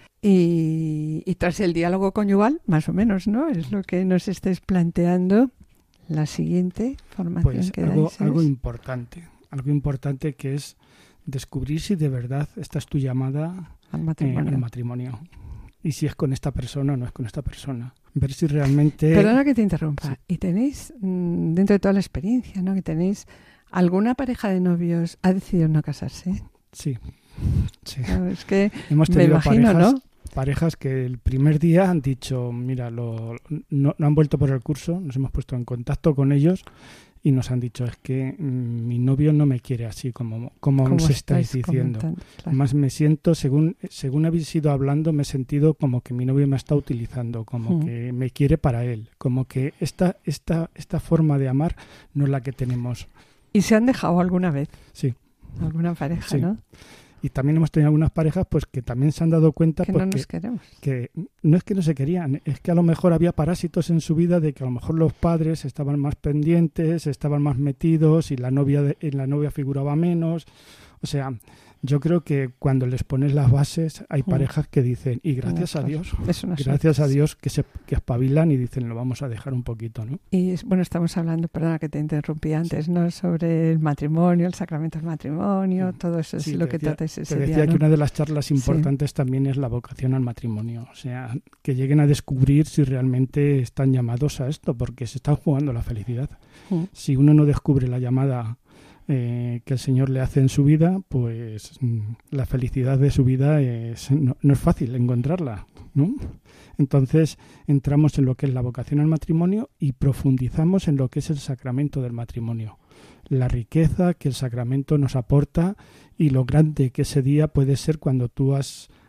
Y tras el diálogo conyugal, más o menos, ¿no? Es lo que nos estáis planteando. La siguiente formación pues que algo importante que es descubrir si de verdad esta es tu llamada al matrimonio. Y si es con esta persona o no es con esta persona. Ver si realmente... Perdona que te interrumpa. Sí. Y tenéis, dentro de toda la experiencia, ¿no? Que tenéis, ¿alguna pareja de novios ha decidido no casarse? Sí. Claro, es que hemos me tenido imagino, parejas que el primer día han dicho, mira, no han vuelto por el curso, nos hemos puesto en contacto con ellos y nos han dicho, es que mi novio no me quiere así como os estáis diciendo. Claro. Además me siento, según habéis ido hablando, me he sentido como que mi novio me está utilizando, como que me quiere para él, como que esta forma de amar no es la que tenemos. ¿Y se han dejado alguna vez? Sí. ¿Alguna pareja, sí. ¿no? Y también hemos tenido algunas parejas pues que también se han dado cuenta que pues, no nos queremos. Que no es que no se querían, es que a lo mejor había parásitos en su vida de que a lo mejor los padres estaban más pendientes, estaban más metidos y la novia figuraba menos. O sea, yo creo que cuando les pones las bases hay parejas que dicen, y gracias a Dios, que espabilan y dicen, lo vamos a dejar un poquito, ¿no? Y bueno, estamos hablando, perdona que te interrumpí antes, ¿no? Sobre el matrimonio, el sacramento del matrimonio, todo eso es lo que tratáis ese día. Te decía ¿no? que una de las charlas importantes también es la vocación al matrimonio, o sea, que lleguen a descubrir si realmente están llamados a esto, porque se están jugando la felicidad. Si uno no descubre la llamada que el Señor le hace en su vida, pues la felicidad de su vida no es fácil encontrarla, ¿no? Entonces entramos en lo que es la vocación al matrimonio y profundizamos en lo que es el sacramento del matrimonio, la riqueza que el sacramento nos aporta y lo grande que ese día puede ser cuando tú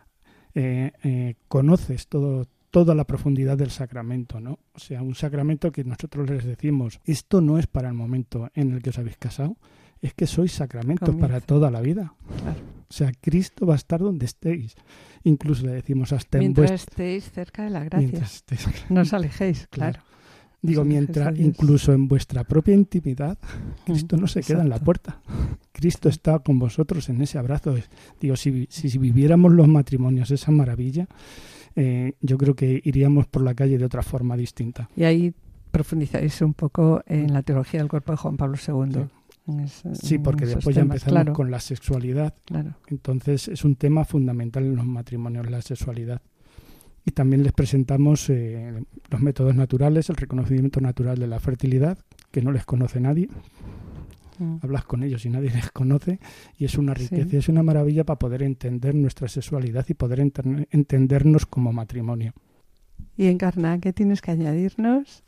conoces toda la profundidad del sacramento, ¿no? O sea, un sacramento que nosotros les decimos, esto no es para el momento en el que os habéis casado, es que sois sacramento para toda la vida. Claro. O sea, Cristo va a estar donde estéis. Incluso le decimos hasta mientras estéis cerca de la gracia. No os alejéis, claro. Digo, mientras incluso en vuestra propia intimidad, Cristo no se queda en la puerta. Cristo está con vosotros en ese abrazo. Digo, si viviéramos los matrimonios esa maravilla, yo creo que iríamos por la calle de otra forma distinta. Y ahí profundizáis un poco en la teología del cuerpo de Juan Pablo II. Sí, porque después ya empezamos con la sexualidad. Claro. Entonces es un tema fundamental en los matrimonios, la sexualidad. Y también les presentamos los métodos naturales, el reconocimiento natural de la fertilidad, que no les conoce nadie. Hablas con ellos y nadie les conoce, y es una riqueza, es una maravilla para poder entender nuestra sexualidad y poder entendernos como matrimonio. Y Encarna, ¿qué tienes que añadirnos?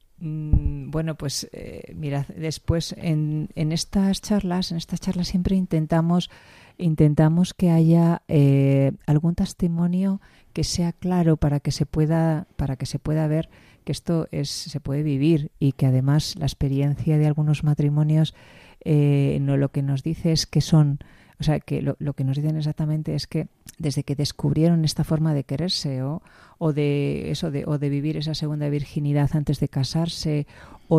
Bueno, pues mirad, después en estas charlas siempre intentamos que haya algún testimonio que sea claro para que se pueda ver que esto se puede vivir, y que además la experiencia de algunos matrimonios lo que nos dice es que son, o sea, que lo que nos dicen exactamente es que desde que descubrieron esta forma de quererse o de vivir esa segunda virginidad antes de casarse, o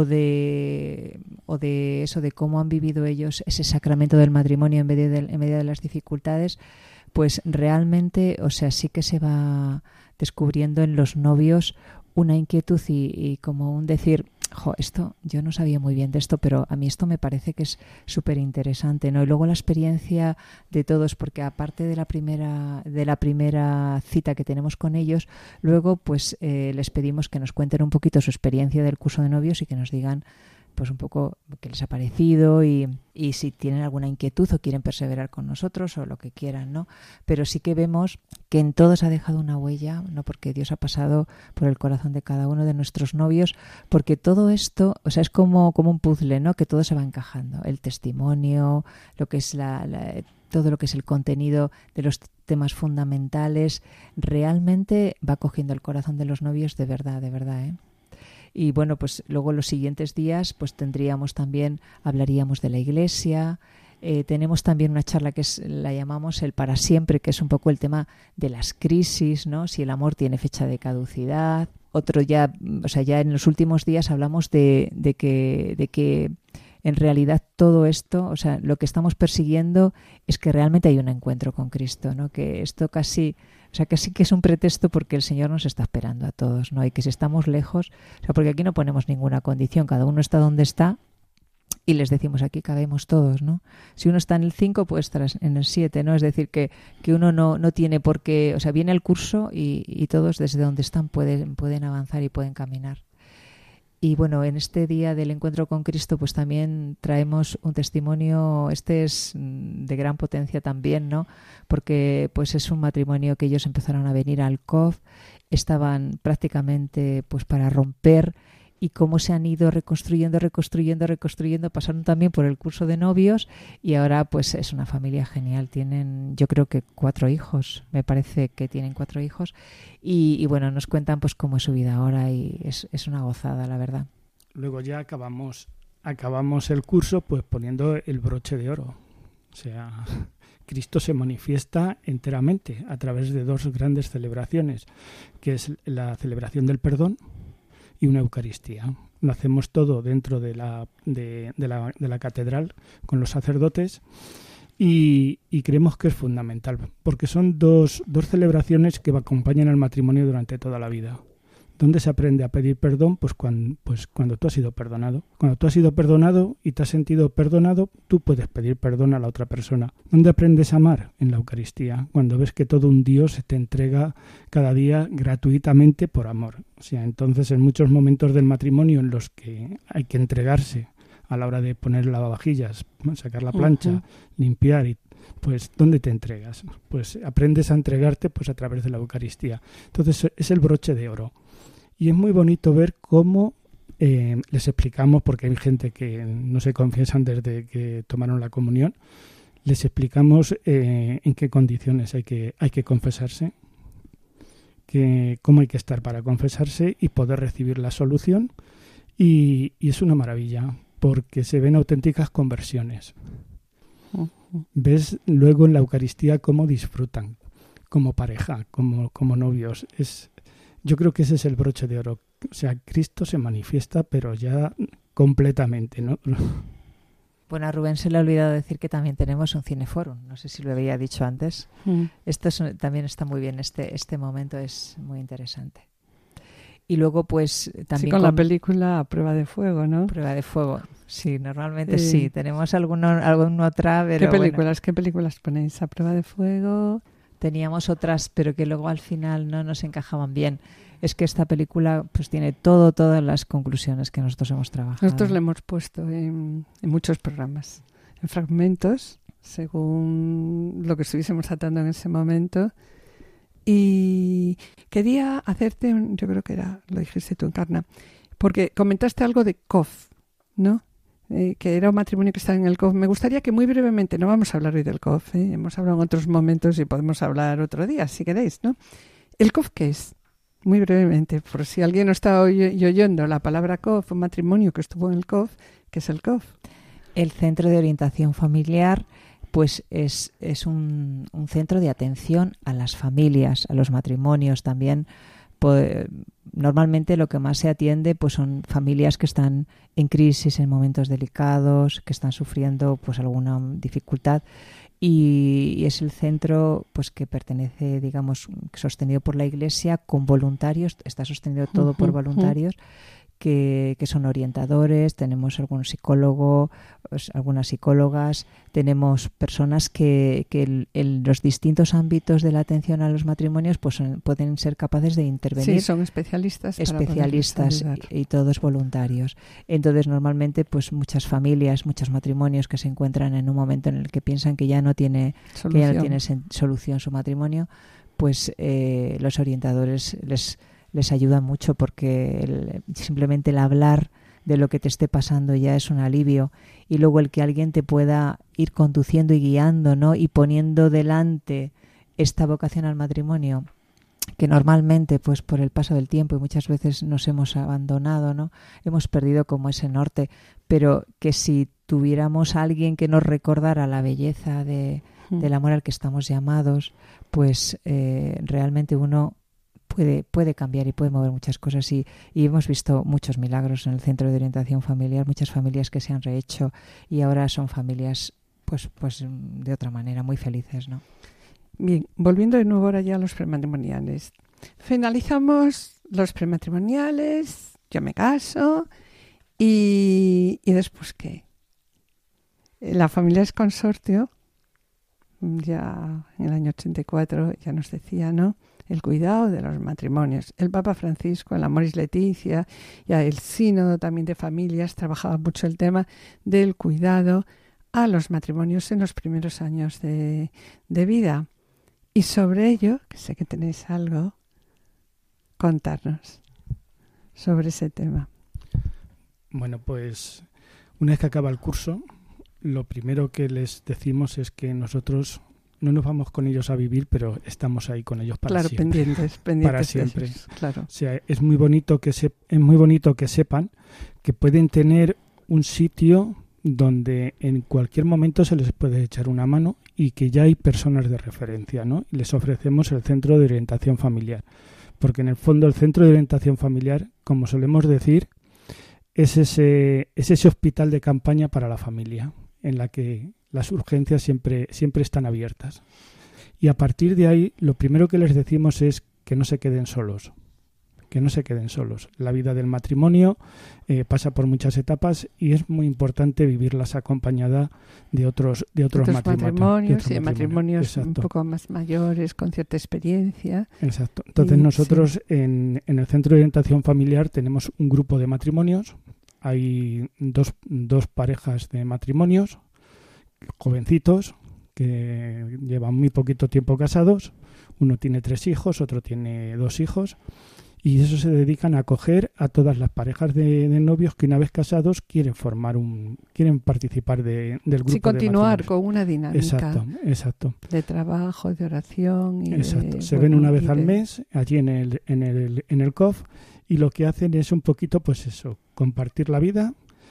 de eso, de cómo han vivido ellos ese sacramento del matrimonio en medio de las dificultades, pues realmente, o sea, sí que se va descubriendo en los novios una inquietud y como un decir, esto yo no sabía muy bien de esto, pero a mí esto me parece que es súper interesante, ¿no? Y luego la experiencia de todos, porque aparte de la primera cita que tenemos con ellos, luego pues les pedimos que nos cuenten un poquito su experiencia del curso de novios y que nos digan pues un poco qué les ha parecido y si tienen alguna inquietud o quieren perseverar con nosotros o lo que quieran, ¿no? Pero sí que vemos que en todos ha dejado una huella, ¿no? Porque Dios ha pasado por el corazón de cada uno de nuestros novios, porque todo esto, o sea, es como un puzzle, ¿no? Que todo se va encajando, el testimonio, lo que es todo lo que es el contenido de los temas fundamentales, realmente va cogiendo el corazón de los novios de verdad, ¿eh? Y bueno, pues luego los siguientes días pues hablaríamos de la Iglesia. Tenemos también una charla que la llamamos el para siempre, que es un poco el tema de las crisis, ¿no? Si el amor tiene fecha de caducidad. Otro ya en los últimos días hablamos de que en realidad todo esto, o sea, lo que estamos persiguiendo es que realmente hay un encuentro con Cristo, ¿no? Que esto casi, o O sea, que sí que es un pretexto porque el Señor nos está esperando a todos, ¿no? Y que si estamos lejos, o sea, porque aquí no ponemos ninguna condición, cada uno está donde está y les decimos aquí cabemos todos, ¿no? Si uno está en el 5, puede estar en el 7, ¿no? Es decir, que uno no tiene por qué, o sea, viene el curso y todos desde donde están pueden avanzar y pueden caminar. Y bueno, en este día del encuentro con Cristo, pues también traemos un testimonio, este es de gran potencia también, ¿no? Porque pues es un matrimonio que ellos empezaron a venir al COF, estaban prácticamente pues para romper, y cómo se han ido reconstruyendo, pasaron también por el curso de novios y ahora pues es una familia genial. Tienen, yo creo que 4 hijos, me parece que tienen 4 hijos y bueno, nos cuentan pues cómo es su vida ahora y es una gozada, la verdad. Luego ya acabamos el curso pues poniendo el broche de oro. O sea, Cristo se manifiesta enteramente a través de 2 grandes celebraciones, que es la celebración del perdón y una Eucaristía. Lo hacemos todo dentro de la catedral con los sacerdotes y creemos que es fundamental porque son dos celebraciones que acompañan al matrimonio durante toda la vida. ¿Dónde se aprende a pedir perdón? Pues cuando tú has sido perdonado. Cuando tú has sido perdonado y te has sentido perdonado, tú puedes pedir perdón a la otra persona. ¿Dónde aprendes a amar? En la Eucaristía, cuando ves que todo un Dios se te entrega cada día gratuitamente por amor. O sea, entonces en muchos momentos del matrimonio en los que hay que entregarse a la hora de poner lavavajillas, sacar la plancha, limpiar y pues ¿dónde te entregas? Pues aprendes a entregarte pues a través de la Eucaristía. Entonces es el broche de oro. Y es muy bonito ver cómo les explicamos, porque hay gente que no se confiesan desde que tomaron la comunión, les explicamos en qué condiciones hay que confesarse, cómo hay que estar para confesarse y poder recibir la solución. Y es una maravilla, porque se ven auténticas conversiones. Ves luego en la Eucaristía cómo disfrutan, como pareja, como novios. Yo creo que ese es el broche de oro. O sea, Cristo se manifiesta, pero ya completamente, ¿no? Bueno, a Rubén se le ha olvidado decir que también tenemos un cineforum. No sé si lo había dicho antes. Esto también está muy bien. Este momento es muy interesante. Y luego, pues, también sí, con la película Prueba de Fuego, ¿no? Prueba de Fuego. Sí, normalmente sí. Tenemos alguna otra, pero ¿Qué películas ponéis? ¿A Prueba de Fuego? Teníamos otras, pero que luego al final no nos encajaban bien. Es que esta película pues tiene todas las conclusiones que nosotros hemos trabajado. Nosotros le hemos puesto en muchos programas, en fragmentos, según lo que estuviésemos tratando en ese momento. Y quería hacerte, yo creo que lo dijiste tú, Encarna, porque comentaste algo de COF, ¿no? Que era un matrimonio que estaba en el COF. Me gustaría que muy brevemente, no vamos a hablar hoy del COF, hemos hablado en otros momentos y podemos hablar otro día, si queréis, ¿no? ¿El COF qué es? Muy brevemente, por si alguien no está oyendo la palabra COF, un matrimonio que estuvo en el COF, ¿qué es el COF? El Centro de Orientación Familiar pues es un centro de atención a las familias, a los matrimonios también. Pues, normalmente lo que más se atiende pues son familias que están en crisis, en momentos delicados, que están sufriendo pues alguna dificultad y es el centro pues que pertenece, digamos, sostenido por la Iglesia con voluntarios, está sostenido todo por voluntarios que son orientadores, tenemos algún psicólogo, algunas psicólogas, tenemos personas que en los distintos ámbitos de la atención a los matrimonios pues pueden ser capaces de intervenir. Sí, son especialistas y todos voluntarios. Entonces normalmente pues muchas familias, muchos matrimonios que se encuentran en un momento en el que piensan que ya no tiene solución su matrimonio, pues los orientadores les ayuda mucho porque simplemente el hablar de lo que te esté pasando ya es un alivio y luego el que alguien te pueda ir conduciendo y guiando, ¿no? Y poniendo delante esta vocación al matrimonio que normalmente pues por el paso del tiempo y muchas veces nos hemos abandonado, ¿no? Hemos perdido como ese norte, pero que si tuviéramos a alguien que nos recordara la belleza del amor al que estamos llamados, pues realmente uno puede cambiar y puede mover muchas cosas y hemos visto muchos milagros en el Centro de Orientación Familiar, muchas familias que se han rehecho y ahora son familias pues de otra manera muy felices, ¿no? Bien, volviendo de nuevo ahora ya a los prematrimoniales. Finalizamos los prematrimoniales, yo me caso y después ¿qué? La familia es consorcio, ya en el año 84 ya nos decía, ¿no?, el cuidado de los matrimonios. El Papa Francisco, en la Amoris Laetitia, ya el Sínodo también de Familias, trabajaba mucho el tema del cuidado a los matrimonios en los primeros años de vida. Y sobre ello, que sé que tenéis algo, contarnos sobre ese tema. Bueno, pues una vez que acaba el curso, lo primero que les decimos es que nosotros no nos vamos con ellos a vivir, pero estamos ahí con ellos para siempre. Pendientes para siempre. Ellos, claro. O sea, es muy bonito que sepan que pueden tener un sitio donde en cualquier momento se les puede echar una mano y que ya hay personas de referencia, ¿no? Les ofrecemos el Centro de Orientación Familiar, porque en el fondo el Centro de Orientación Familiar, como solemos decir, es ese hospital de campaña para la familia, en la que las urgencias siempre están abiertas. Y a partir de ahí, lo primero que les decimos es que no se queden solos. Que no se queden solos. La vida del matrimonio pasa por muchas etapas y es muy importante vivirlas acompañada de otros matrimonios. Y matrimonios un poco más mayores, con cierta experiencia. Exacto. Entonces nosotros en el Centro de Orientación Familiar tenemos un grupo de matrimonios. Hay dos parejas de matrimonios, jovencitos, que llevan muy poquito tiempo casados. Uno tiene 3 hijos, otro tiene 2 hijos. Y eso se dedican a acoger a todas las parejas de novios que una vez casados quieren participar del grupo. Sí, continuar con una dinámica. Exacto. De trabajo, de oración. Exacto. Se ven una vez al mes allí en el COF y lo que hacen es un poquito, pues eso, compartir la vida,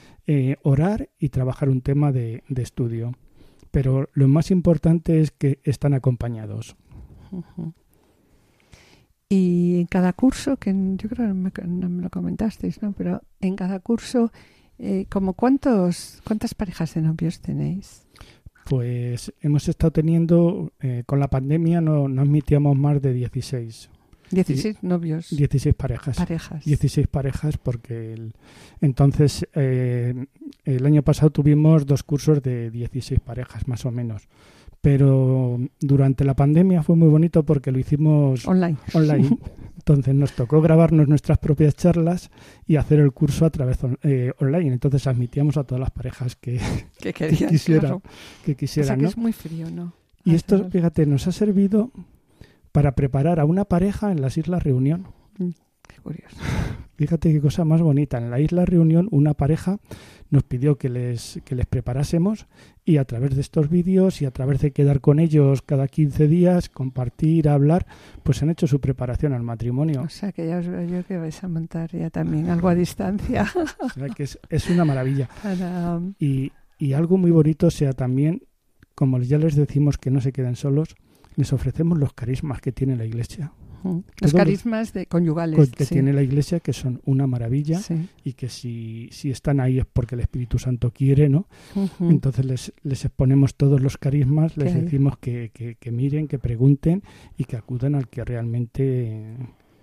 orar y trabajar un tema de estudio. Pero lo más importante es que están acompañados. Uh-huh. Y en cada curso, que yo creo que no me lo comentasteis, ¿no? Pero en cada curso, ¿cuántas parejas de novios tenéis? Pues hemos estado teniendo, con la pandemia no admitíamos más de 16. 16 novios. 16 parejas. 16 parejas porque entonces el año pasado tuvimos 2 cursos de 16 parejas más o menos. Pero durante la pandemia fue muy bonito porque lo hicimos online. Entonces nos tocó grabarnos nuestras propias charlas y hacer el curso a través online. Entonces admitíamos a todas las parejas que quisieran. O sea, que ¿no? Es muy frío, ¿no? Y esto, fíjate, nos ha servido para preparar a una pareja en las Islas Reunión. Qué curioso. Fíjate qué cosa más bonita. En la Isla Reunión una pareja nos pidió que les preparásemos y a través de estos vídeos y a través de quedar con ellos cada 15 días, compartir, hablar, pues han hecho su preparación al matrimonio. O sea que ya os veo yo que vais a montar ya también algo a distancia. O sea que es una maravilla. Y algo muy bonito, o sea, también, como ya les decimos que no se queden solos, les ofrecemos los carismas que tiene la Iglesia. Los carismas conyugales que tiene la Iglesia, que son una maravilla, y que si están ahí es porque el Espíritu Santo quiere, ¿no? Uh-huh. Entonces les exponemos todos los carismas, les decimos que miren, que pregunten y que acudan al que realmente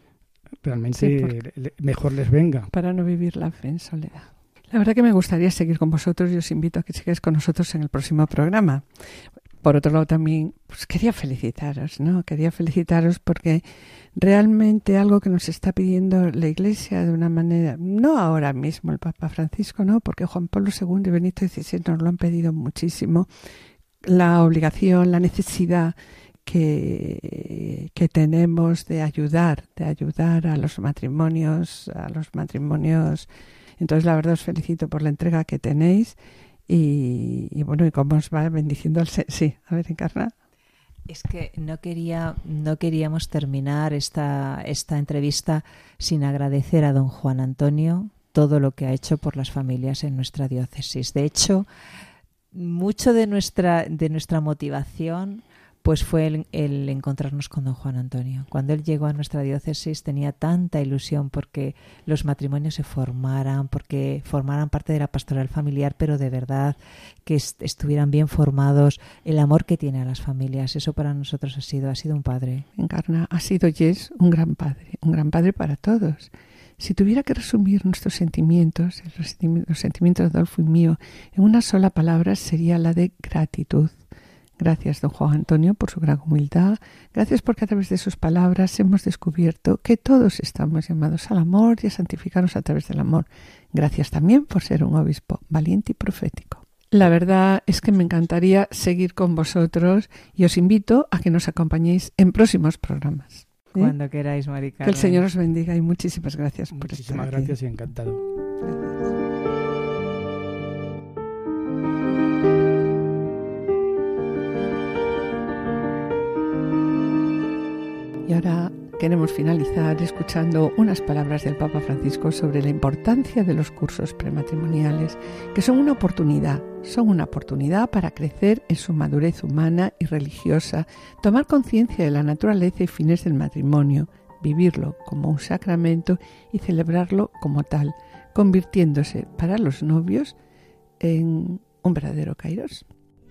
mejor les venga. Para no vivir la fe en soledad. La verdad que me gustaría seguir con vosotros y os invito a que sigáis con nosotros en el próximo programa. Por otro lado también, pues quería felicitaros, ¿no? Quería felicitaros porque realmente algo que nos está pidiendo la Iglesia de una manera, no ahora mismo el Papa Francisco, ¿no? Porque Juan Pablo II y Benito XVI nos lo han pedido muchísimo, la obligación, la necesidad que tenemos de ayudar a los matrimonios. Entonces la verdad os felicito por la entrega que tenéis. Y bueno, y cómo os va bendiciendo sí, a ver, Encarna. Es que no queríamos terminar esta entrevista sin agradecer a don Juan Antonio todo lo que ha hecho por las familias en nuestra diócesis. De hecho, mucho de nuestra motivación pues fue el encontrarnos con don Juan Antonio. Cuando él llegó a nuestra diócesis tenía tanta ilusión porque los matrimonios se formaran, porque formaran parte de la pastoral familiar, pero de verdad que estuvieran bien formados, el amor que tiene a las familias. Eso para nosotros ha sido un padre. Encarna, ha sido Jess un gran padre para todos. Si tuviera que resumir nuestros sentimientos, los sentimientos de Adolfo y mío, en una sola palabra sería la de gratitud. Gracias, don Juan Antonio, por su gran humildad. Gracias porque a través de sus palabras hemos descubierto que todos estamos llamados al amor y a santificarnos a través del amor. Gracias también por ser un obispo valiente y profético. La verdad es que me encantaría seguir con vosotros y os invito a que nos acompañéis en próximos programas. Cuando queráis, Mari Carmen. Que el Señor os bendiga y muchísimas gracias por estar aquí. Muchísimas gracias y encantado. Y ahora queremos finalizar escuchando unas palabras del Papa Francisco sobre la importancia de los cursos prematrimoniales, que son una oportunidad para crecer en su madurez humana y religiosa, tomar conciencia de la naturaleza y fines del matrimonio, vivirlo como un sacramento y celebrarlo como tal, convirtiéndose para los novios en un verdadero kairos.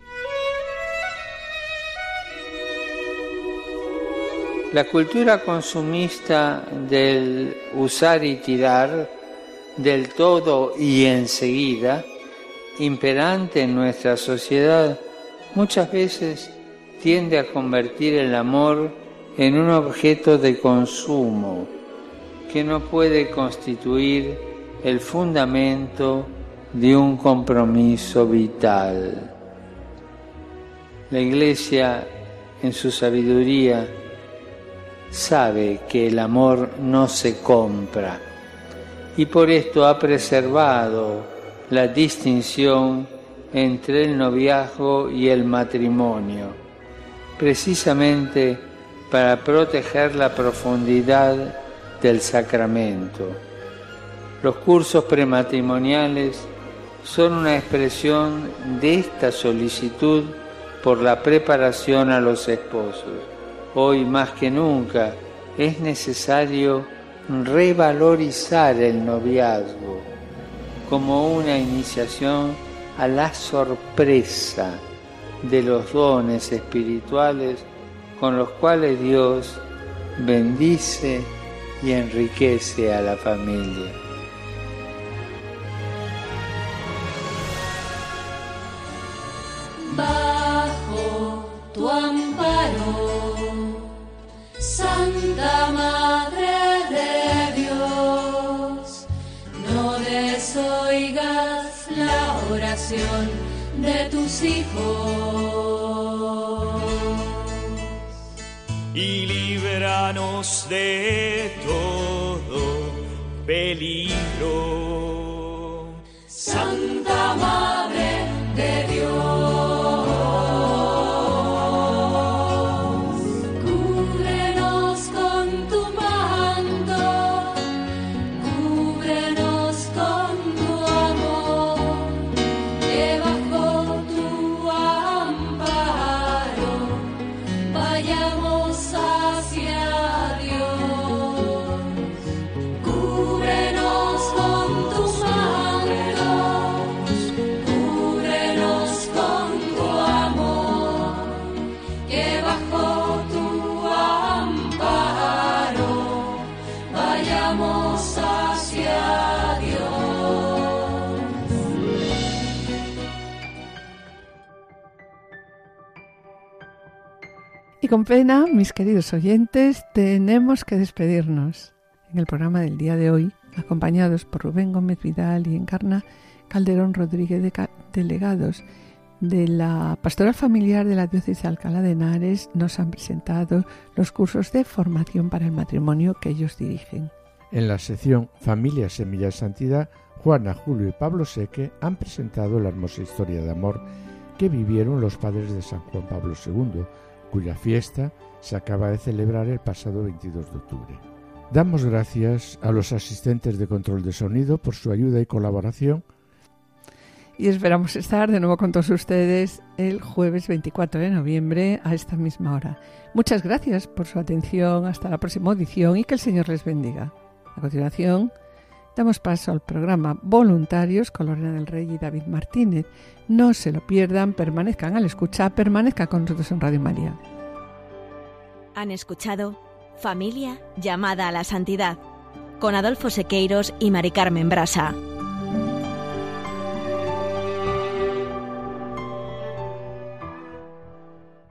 La cultura consumista del usar y tirar, del todo y enseguida, imperante en nuestra sociedad, muchas veces tiende a convertir el amor en un objeto de consumo que no puede constituir el fundamento de un compromiso vital. La Iglesia, en su sabiduría, sabe que el amor no se compra y por esto ha preservado la distinción entre el noviazgo y el matrimonio, precisamente para proteger la profundidad del sacramento. Los cursos prematrimoniales son una expresión de esta solicitud por la preparación a los esposos. Hoy más que nunca es necesario revalorizar el noviazgo como una iniciación a la sorpresa de los dones espirituales con los cuales Dios bendice y enriquece a la familia. Bajo tu amparo, Santa Madre de Dios, no desoigas la oración de tus hijos. Y líbranos de todo peligro. Santa Madre de Dios, Y con pena, mis queridos oyentes, tenemos que despedirnos en el programa del día de hoy, acompañados por Rubén Gómez Vidal y Encarna Calderón Rodríguez, delegados de la Pastoral Familiar de la Diócesis de Alcalá de Henares. Nos han presentado los cursos de formación para el matrimonio que ellos dirigen. En la sección Familia Semilla de Santidad, Juana, Julio y Pablo Seque han presentado la hermosa historia de amor que vivieron los padres de San Juan Pablo II, cuya fiesta se acaba de celebrar el pasado 22 de octubre. Damos gracias a los asistentes de control de sonido por su ayuda y colaboración. y esperamos estar de nuevo con todos ustedes el jueves 24 de noviembre a esta misma hora. Muchas gracias por su atención. Hasta la próxima audición y que el Señor les bendiga. A continuación, damos paso al programa Voluntarios con Lorena del Rey y David Martínez. No se lo pierdan, permanezcan a la escucha, permanezcan con nosotros en Radio María. Han escuchado Familia llamada a la santidad, con Adolfo Sequeiros y Mari Carmen Brasa.